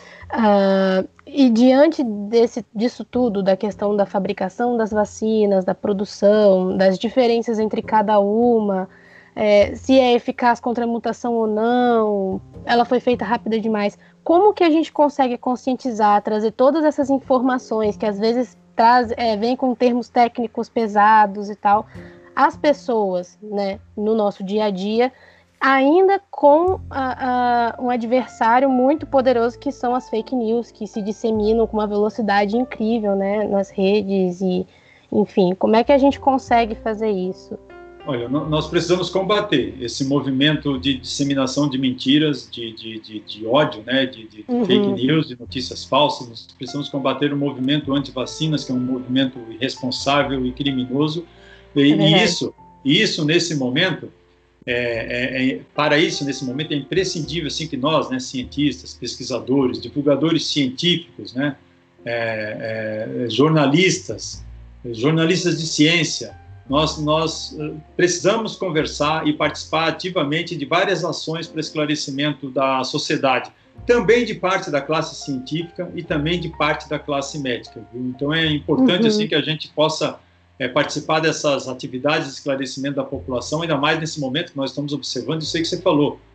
A: Uh, e diante desse, disso tudo, da questão da fabricação das vacinas, da produção, das diferenças entre cada uma, é, se é eficaz contra a mutação ou não, ela foi feita rápida demais. Como que a gente consegue conscientizar, trazer todas essas informações que às vezes traz, é, vem com termos técnicos pesados e tal, às pessoas, né, no nosso dia a dia, ainda com a, a, um adversário muito poderoso que são as fake news, que se disseminam com uma velocidade incrível, né, nas redes e, enfim, como é que a gente consegue fazer isso?
B: Olha, nós precisamos combater esse movimento de disseminação de mentiras, de, de, de, de ódio, né, de, de uhum. fake news, de notícias falsas. Nós precisamos combater o movimento anti-vacinas, que é um movimento irresponsável e criminoso. E, é e isso, isso, nesse momento, é, é, é, para isso, nesse momento, é imprescindível assim, que nós, né, cientistas, pesquisadores, divulgadores científicos, né, é, é, jornalistas, jornalistas de ciência, Nós, nós precisamos conversar e participar ativamente de várias ações para esclarecimento da sociedade, também de parte da classe científica e também de parte da classe médica. Viu? Então é importante uhum. assim, que a gente possa é, participar dessas atividades de esclarecimento da população, ainda mais nesse momento que nós estamos observando, isso aí que você falou,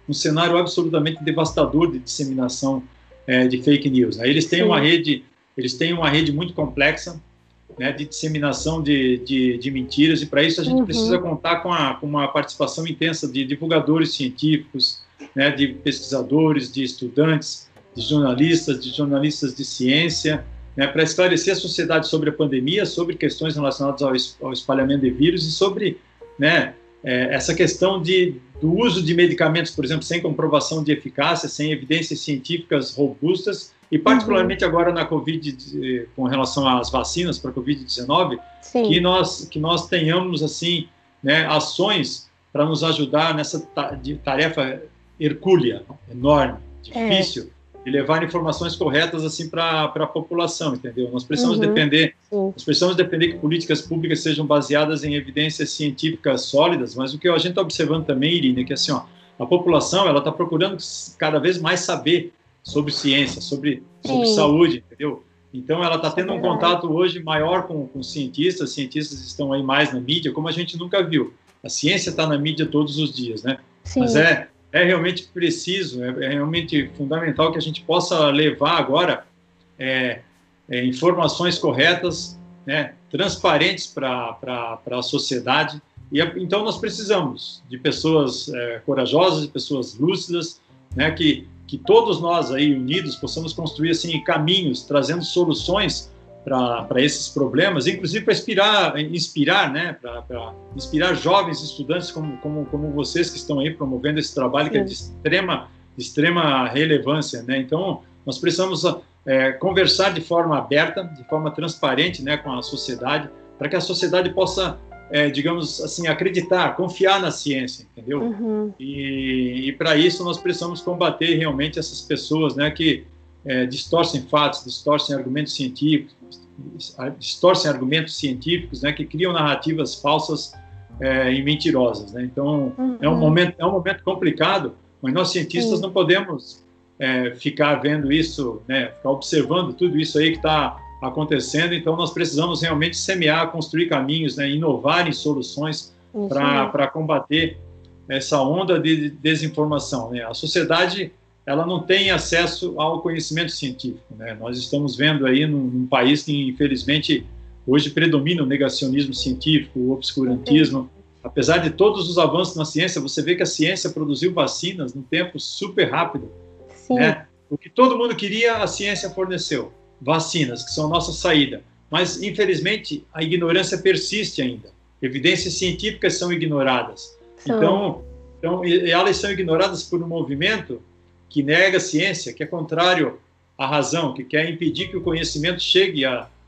B: um cenário absolutamente devastador de disseminação é, de fake news. Né? Eles têm Sim. uma rede, eles têm uma rede muito complexa, né, de disseminação de, de, de mentiras, e para isso a gente uhum. precisa contar com, a, com uma participação intensa de divulgadores científicos, né, de pesquisadores, de estudantes, de jornalistas, de jornalistas de ciência, né, para esclarecer a sociedade sobre a pandemia, sobre questões relacionadas ao, ao espalhamento de vírus e sobre, né, é, essa questão de, do uso de medicamentos, por exemplo, sem comprovação de eficácia, sem evidências científicas robustas, e particularmente uhum. agora na Covid, com relação às vacinas para a Covid dezenove, que nós, que nós tenhamos, assim, né, ações para nos ajudar nessa tarefa hercúlea, enorme, difícil, é. de levar informações corretas, assim, para a população, entendeu? Nós precisamos uhum. depender, Sim. nós precisamos depender que políticas públicas sejam baseadas em evidências científicas sólidas, mas o que a gente está observando também, Irina, é que, assim, ó, a população, ela está procurando cada vez mais saber sobre ciência, sobre, sobre saúde, entendeu? Então, ela está tendo um contato hoje maior com, com cientistas, cientistas estão aí mais na mídia, como a gente nunca viu. A ciência está na mídia todos os dias, né? Sim. Mas é, é realmente preciso, é, é realmente fundamental que a gente possa levar agora é, é, informações corretas, né, transparentes para a sociedade. E, então, nós precisamos de pessoas é, corajosas, de pessoas lúcidas, né, que que todos nós aí unidos possamos construir assim caminhos, trazendo soluções para esses problemas, inclusive para inspirar, inspirar, né, para inspirar jovens estudantes como, como, como vocês que estão aí promovendo esse trabalho Sim. que é de extrema, de extrema relevância, né? Então, nós precisamos é, conversar de forma aberta, de forma transparente, né, com a sociedade, para que a sociedade possa É, digamos assim, acreditar, confiar na ciência, entendeu? Uhum. E, e para isso nós precisamos combater realmente essas pessoas, né, que é, distorcem fatos, distorcem argumentos científicos, distorcem argumentos científicos, né, que criam narrativas falsas é, e mentirosas, né? Então uhum. é um momento é um momento complicado, mas nós cientistas Sim. não podemos é, ficar vendo isso, né, ficar observando tudo isso aí que está acontecendo. Então nós precisamos realmente semear, construir caminhos, né, inovar em soluções para combater essa onda de desinformação, né? A sociedade, ela não tem acesso ao conhecimento científico, né? Nós estamos vendo aí num, num país que infelizmente hoje predomina o negacionismo científico, o obscurantismo. Apesar de todos os avanços na ciência, você vê que a ciência produziu vacinas num tempo super rápido, Sim. né? O que todo mundo queria, a ciência forneceu. Vacinas, que são a nossa saída. Mas, infelizmente, a ignorância persiste ainda. Evidências científicas são ignoradas. São. Então, então, e elas são ignoradas por um movimento que nega a ciência, que é contrário à razão, que quer impedir que o conhecimento chegue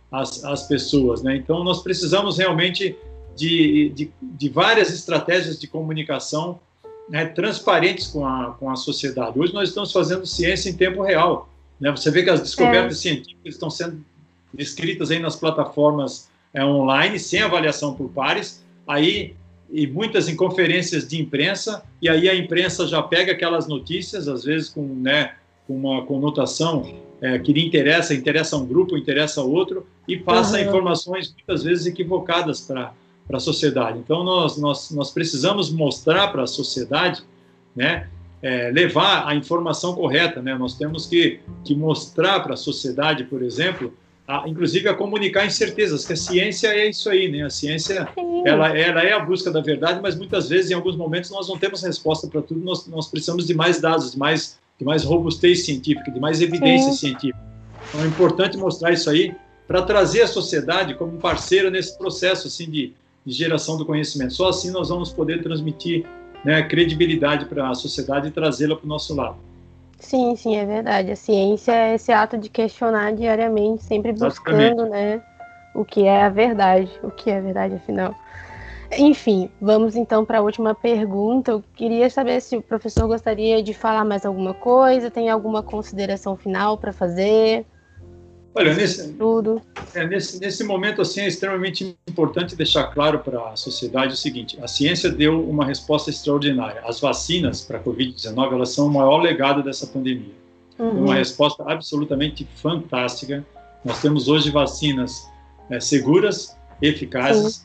B: às pessoas, né? Então, nós precisamos realmente de, de, de várias estratégias de comunicação, né, transparentes com a, com a sociedade. Hoje nós estamos fazendo ciência em tempo real. Você vê que as descobertas é. científicas estão sendo descritas aí nas plataformas é, online, sem avaliação por pares, aí, e muitas em conferências de imprensa, e aí a imprensa já pega aquelas notícias, às vezes com, né, com uma conotação é, que lhe interessa, interessa a um grupo, interessa a outro, e passa uhum. informações muitas vezes equivocadas para a sociedade. Então, nós, nós, nós precisamos mostrar para a sociedade, né, É, levar a informação correta, né? Nós temos que, que mostrar para a sociedade, por exemplo, a, inclusive a comunicar incertezas, que a ciência é isso aí, né? A ciência, ela, ela é a busca da verdade, mas muitas vezes, em alguns momentos, nós não temos resposta para tudo, nós, nós precisamos de mais dados, de mais, de mais robustez científica, de mais evidência Sim. científica. Então, é importante mostrar isso aí para trazer a sociedade como um parceiro nesse processo assim, de, de geração do conhecimento. Só assim nós vamos poder transmitir, né, credibilidade para a sociedade e trazê-la para o nosso lado.
A: Sim, sim, é verdade. A ciência é esse ato de questionar diariamente, sempre buscando, né, o que é a verdade, o que é a verdade, afinal. Enfim, vamos então para a última pergunta. Eu queria saber se o professor gostaria de falar mais alguma coisa, tem alguma consideração final para fazer?
B: Olha, nesse, tudo. É, nesse, nesse momento assim, é extremamente importante deixar claro para a sociedade o seguinte: a ciência deu uma resposta extraordinária. As vacinas para a Covid dezenove, elas são o maior legado dessa pandemia. Uhum. Uma resposta absolutamente fantástica. Nós temos hoje vacinas é, seguras, eficazes. Sim.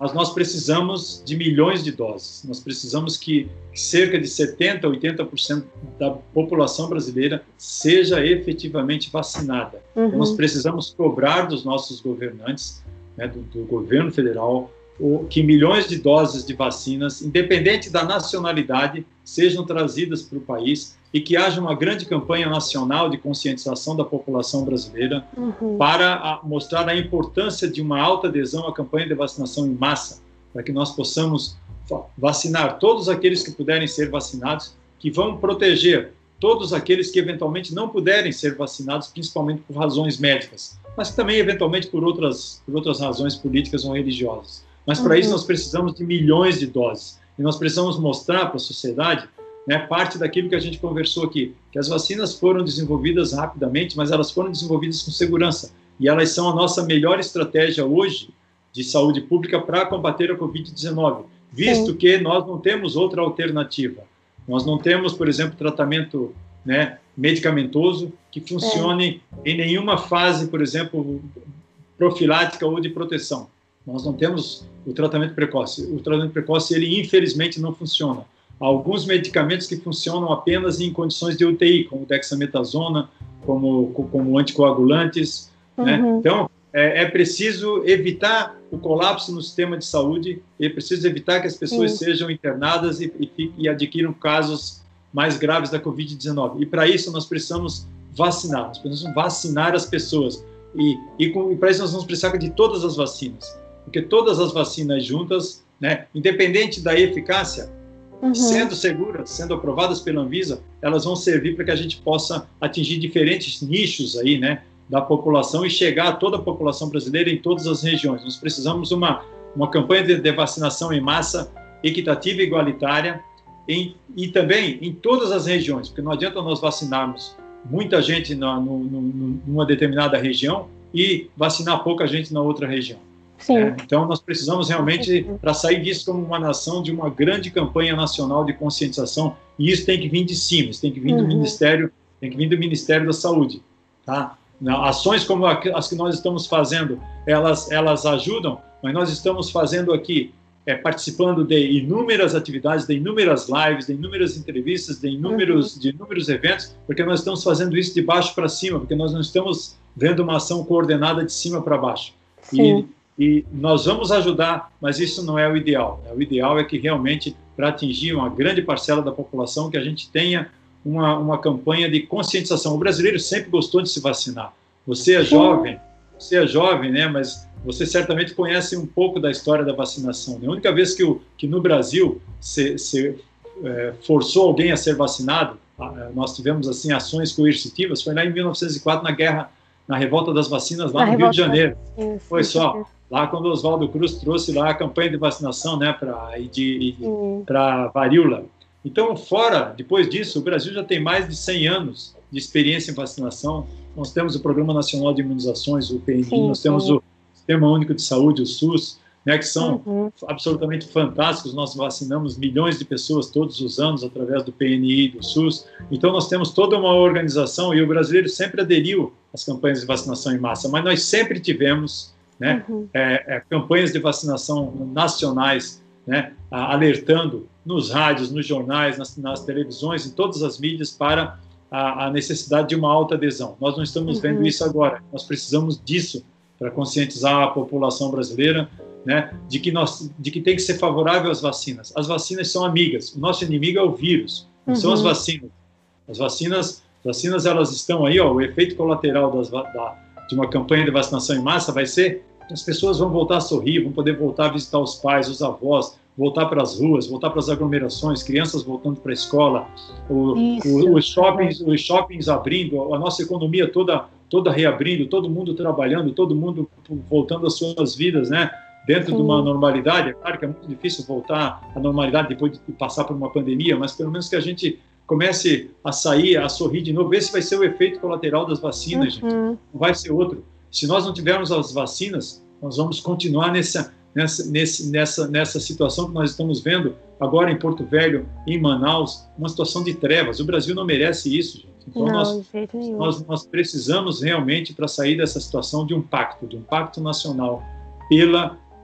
B: mas nós precisamos de milhões de doses. Nós precisamos que cerca de setenta, oitenta por cento da população brasileira seja efetivamente vacinada. Uhum. Então, nós precisamos cobrar dos nossos governantes, né, do, do governo federal, o, que milhões de doses de vacinas, independente da nacionalidade, sejam trazidas para o país e que haja uma grande campanha nacional de conscientização da população brasileira uhum. para a, mostrar a importância de uma alta adesão à campanha de vacinação em massa, para que nós possamos vacinar todos aqueles que puderem ser vacinados, que vão proteger todos aqueles que eventualmente não puderem ser vacinados, principalmente por razões médicas, mas também eventualmente por outras, por outras razões políticas ou religiosas. Mas para uhum. isso nós precisamos de milhões de doses, e nós precisamos mostrar para a sociedade, né, parte daquilo que a gente conversou aqui, que as vacinas foram desenvolvidas rapidamente, mas elas foram desenvolvidas com segurança, e elas são a nossa melhor estratégia hoje de saúde pública para combater a covid dezenove, visto Sim. que nós não temos outra alternativa. Nós não temos, por exemplo, tratamento, né, medicamentoso que funcione é. em nenhuma fase, por exemplo, profilática ou de proteção. Nós não temos o tratamento precoce. O tratamento precoce, ele infelizmente não funciona. Há alguns medicamentos que funcionam apenas em condições de U T I, como dexametasona, como, como anticoagulantes. Uhum. Né? Então, é, é preciso evitar o colapso no sistema de saúde, é preciso evitar que as pessoas Sim. sejam internadas e, e, e adquiram casos mais graves da covid dezenove. E para isso nós precisamos vacinar, nós precisamos vacinar as pessoas. E, e, e para isso nós vamos precisar de todas as vacinas, porque todas as vacinas juntas, né, independente da eficácia, uhum. sendo seguras, sendo aprovadas pela Anvisa, elas vão servir para que a gente possa atingir diferentes nichos aí, né, da população e chegar a toda a população brasileira em todas as regiões. Nós precisamos de uma, uma campanha de, de vacinação em massa, equitativa e igualitária, em, e também em todas as regiões, porque não adianta nós vacinarmos muita gente na, no, no, numa determinada região e vacinar pouca gente na outra região. É, então, nós precisamos realmente, para sair disso como uma nação, de uma grande campanha nacional de conscientização, e isso tem que vir de cima, isso tem que vir do uhum. Ministério, tem que vir do Ministério da Saúde, tá? Ações como as que nós estamos fazendo, elas, elas ajudam, mas nós estamos fazendo aqui, é, participando de inúmeras atividades, de inúmeras lives, de inúmeras entrevistas, de inúmeros, uhum. de inúmeros eventos, porque nós estamos fazendo isso de baixo para cima, porque nós não estamos vendo uma ação coordenada de cima para baixo. Sim. E, e nós vamos ajudar, mas isso não é o ideal. O ideal é que realmente, para atingir uma grande parcela da população, que a gente tenha Uma, uma campanha de conscientização. O brasileiro sempre gostou de se vacinar. Você é jovem, você é jovem, né? Mas você certamente conhece um pouco da história da vacinação. Né? A única vez que, o, que no Brasil se, se é, forçou alguém a ser vacinado, nós tivemos assim ações coercitivas, foi lá em mil novecentos e quatro, na guerra, na revolta das vacinas lá no Rio de Janeiro. Sim, sim, foi só. Sim. Lá quando Oswaldo Cruz trouxe lá a campanha de vacinação, né, para de, de, para varíola. Então, fora, depois disso, o Brasil já tem mais de cem anos de experiência em vacinação. Nós temos o Programa Nacional de Imunizações, o P N I, sim, nós sim. temos o Sistema Único de Saúde, o SUS, né, que são uhum. absolutamente fantásticos. Nós vacinamos milhões de pessoas todos os anos através do P N I e do SUS. Então, nós temos toda uma organização, e o brasileiro sempre aderiu às campanhas de vacinação em massa, mas nós sempre tivemos, né, uhum. é, é, campanhas de vacinação nacionais, né, alertando nos rádios, nos jornais, nas, nas televisões, em todas as mídias, para a, a necessidade de uma alta adesão. Nós não estamos uhum. vendo isso agora. Nós precisamos disso para conscientizar a população brasileira, né, de que nós, de que tem que ser favorável às vacinas. As vacinas são amigas. O nosso inimigo é o vírus, não uhum. são as vacinas. As vacinas, vacinas elas estão aí, ó, o efeito colateral das, da, de uma campanha de vacinação em massa vai ser que as pessoas vão voltar a sorrir, vão poder voltar a visitar os pais, os avós, voltar para as ruas, voltar para as aglomerações, crianças voltando para a escola, o, o, os, shoppings, os shoppings abrindo, a nossa economia toda, toda reabrindo, todo mundo trabalhando, todo mundo voltando às suas vidas, né, dentro Sim. de uma normalidade. É claro que é muito difícil voltar à normalidade depois de passar por uma pandemia, mas pelo menos que a gente comece a sair, a sorrir de novo. Esse vai ser o efeito colateral das vacinas, uhum. gente. Não vai ser outro. Se nós não tivermos as vacinas, nós vamos continuar nessa... Nessa, nesse, nessa, nessa situação que nós estamos vendo agora em Porto Velho, em Manaus, uma situação de trevas. O Brasil não merece isso, gente. Então, não, nós, nós, nós precisamos realmente, para sair dessa situação, de um pacto, de um pacto nacional pela,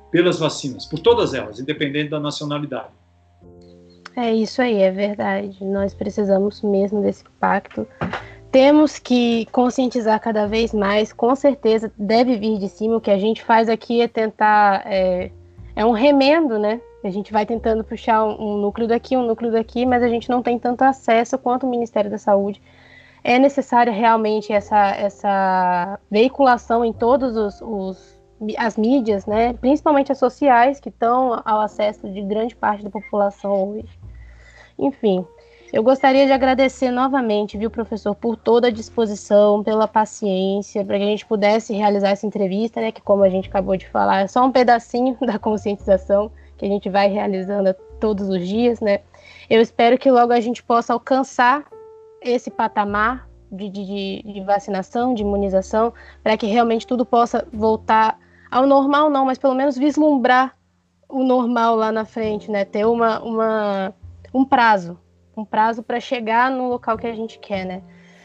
B: pelas vacinas, por todas elas, independente da nacionalidade.
A: É isso aí, é verdade. Nós precisamos mesmo desse pacto. Temos que conscientizar cada vez mais, com certeza deve vir de cima. O que a gente faz aqui é tentar, é, é um remendo, né? A gente vai tentando puxar um, um núcleo daqui, um núcleo daqui, mas a gente não tem tanto acesso quanto o Ministério da Saúde. É necessária realmente essa, essa veiculação em todos os, os as mídias, né? Principalmente as sociais, que estão ao acesso de grande parte da população hoje. Enfim, eu gostaria de agradecer novamente, viu, professor, por toda a disposição, pela paciência, para que a gente pudesse realizar essa entrevista, né, que, como a gente acabou de falar, é só um pedacinho da conscientização que a gente vai realizando todos os dias, né. Eu espero que logo a gente possa alcançar esse patamar de, de, de vacinação, de imunização, para que realmente tudo possa voltar ao normal, não, mas pelo menos vislumbrar o normal lá na frente, né, ter uma... uma um prazo, um prazo para chegar no local que a gente quer, né?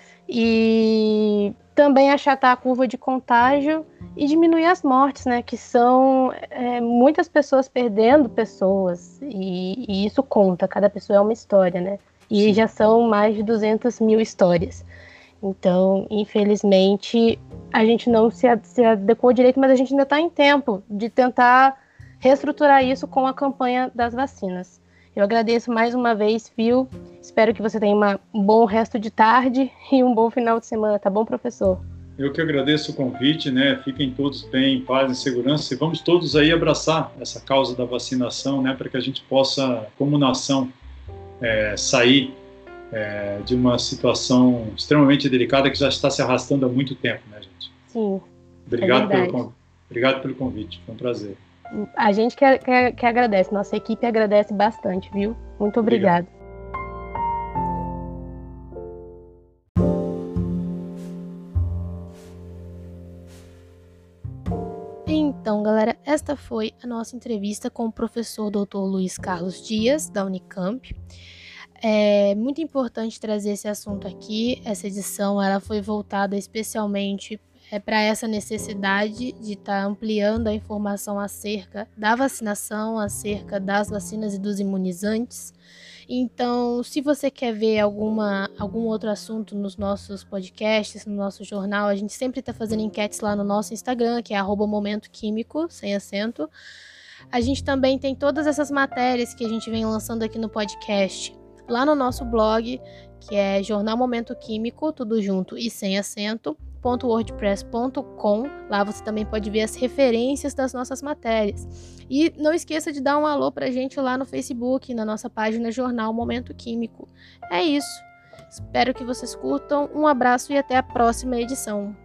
A: E também achatar a curva de contágio e diminuir as mortes, né? Que são é, muitas pessoas perdendo pessoas, e, e isso conta, cada pessoa é uma história, né? E Sim. já são mais de duzentas mil histórias. Então, infelizmente, a gente não se, se adequou direito, mas a gente ainda está em tempo de tentar reestruturar isso com a campanha das vacinas. Eu agradeço mais uma vez, Phil. Espero que você tenha uma, um bom resto de tarde e um bom final de semana, tá bom, professor?
B: Eu que agradeço o convite, né? Fiquem todos bem, em paz e segurança, e vamos todos aí abraçar essa causa da vacinação, né? Para que a gente possa, como nação, é, sair é, de uma situação extremamente delicada que já está se arrastando há muito tempo, né, gente?
A: Sim.
B: Obrigado,
A: é
B: pelo, obrigado pelo convite, foi um prazer.
A: A gente que, que, que agradece, nossa equipe agradece bastante, viu? Muito obrigada. Então, galera, esta foi a nossa entrevista com o professor doutor Luiz Carlos Dias, da Unicamp. É muito importante trazer esse assunto aqui. Essa edição ela foi voltada especialmente é, para essa necessidade de estar tá ampliando a informação acerca da vacinação, acerca das vacinas e dos imunizantes. Então, se você quer ver alguma, algum outro assunto nos nossos podcasts, no nosso jornal, a gente sempre está fazendo enquetes lá no nosso Instagram, que é arroba momento químico, sem acento. A gente também tem todas essas matérias que a gente vem lançando aqui no podcast lá no nosso blog, que é Jornal Momento Químico, tudo junto e sem acento, .wordpress ponto com. Lá você também pode ver as referências das nossas matérias. E não esqueça de dar um alô pra gente lá no Facebook, na nossa página Jornal Momento Químico. É isso. Espero que vocês curtam. Um abraço e até a próxima edição.